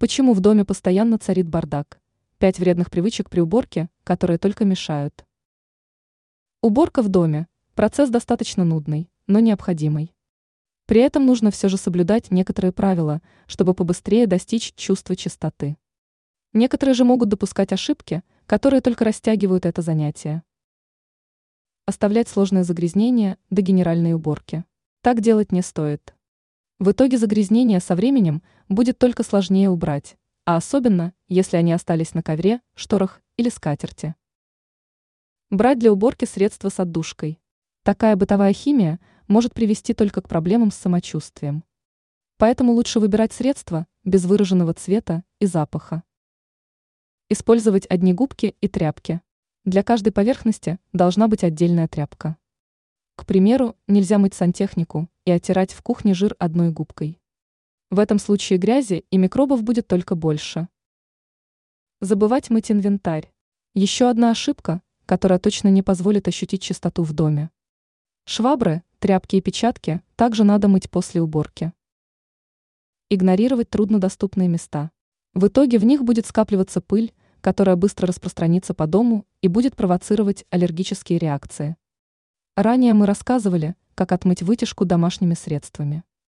Почему в доме постоянно царит бардак? 5 вредных привычек при уборке, которые только мешают. Уборка в доме – процесс достаточно нудный, но необходимый. При этом нужно все же соблюдать некоторые правила, чтобы побыстрее достичь чувства чистоты. Некоторые же могут допускать ошибки, которые только растягивают это занятие. Оставлять сложные загрязнения до генеральной уборки. Так делать не стоит. В итоге загрязнения со временем будет только сложнее убрать, а особенно, если они остались на ковре, шторах или скатерти. Брать для уборки средства с отдушкой. Такая бытовая химия может привести только к проблемам с самочувствием. Поэтому лучше выбирать средства без выраженного цвета и запаха. Использовать одни губки и тряпки. Для каждой поверхности должна быть отдельная тряпка. К примеру, нельзя мыть сантехнику и оттирать в кухне жир одной губкой. В этом случае грязи и микробов будет только больше. Забывать мыть инвентарь. Еще одна ошибка, которая точно не позволит ощутить чистоту в доме. Швабры, тряпки и печатки также надо мыть после уборки. Игнорировать труднодоступные места. В итоге в них будет скапливаться пыль, которая быстро распространится по дому и будет провоцировать аллергические реакции. Ранее мы рассказывали, как отмыть вытяжку домашними средствами.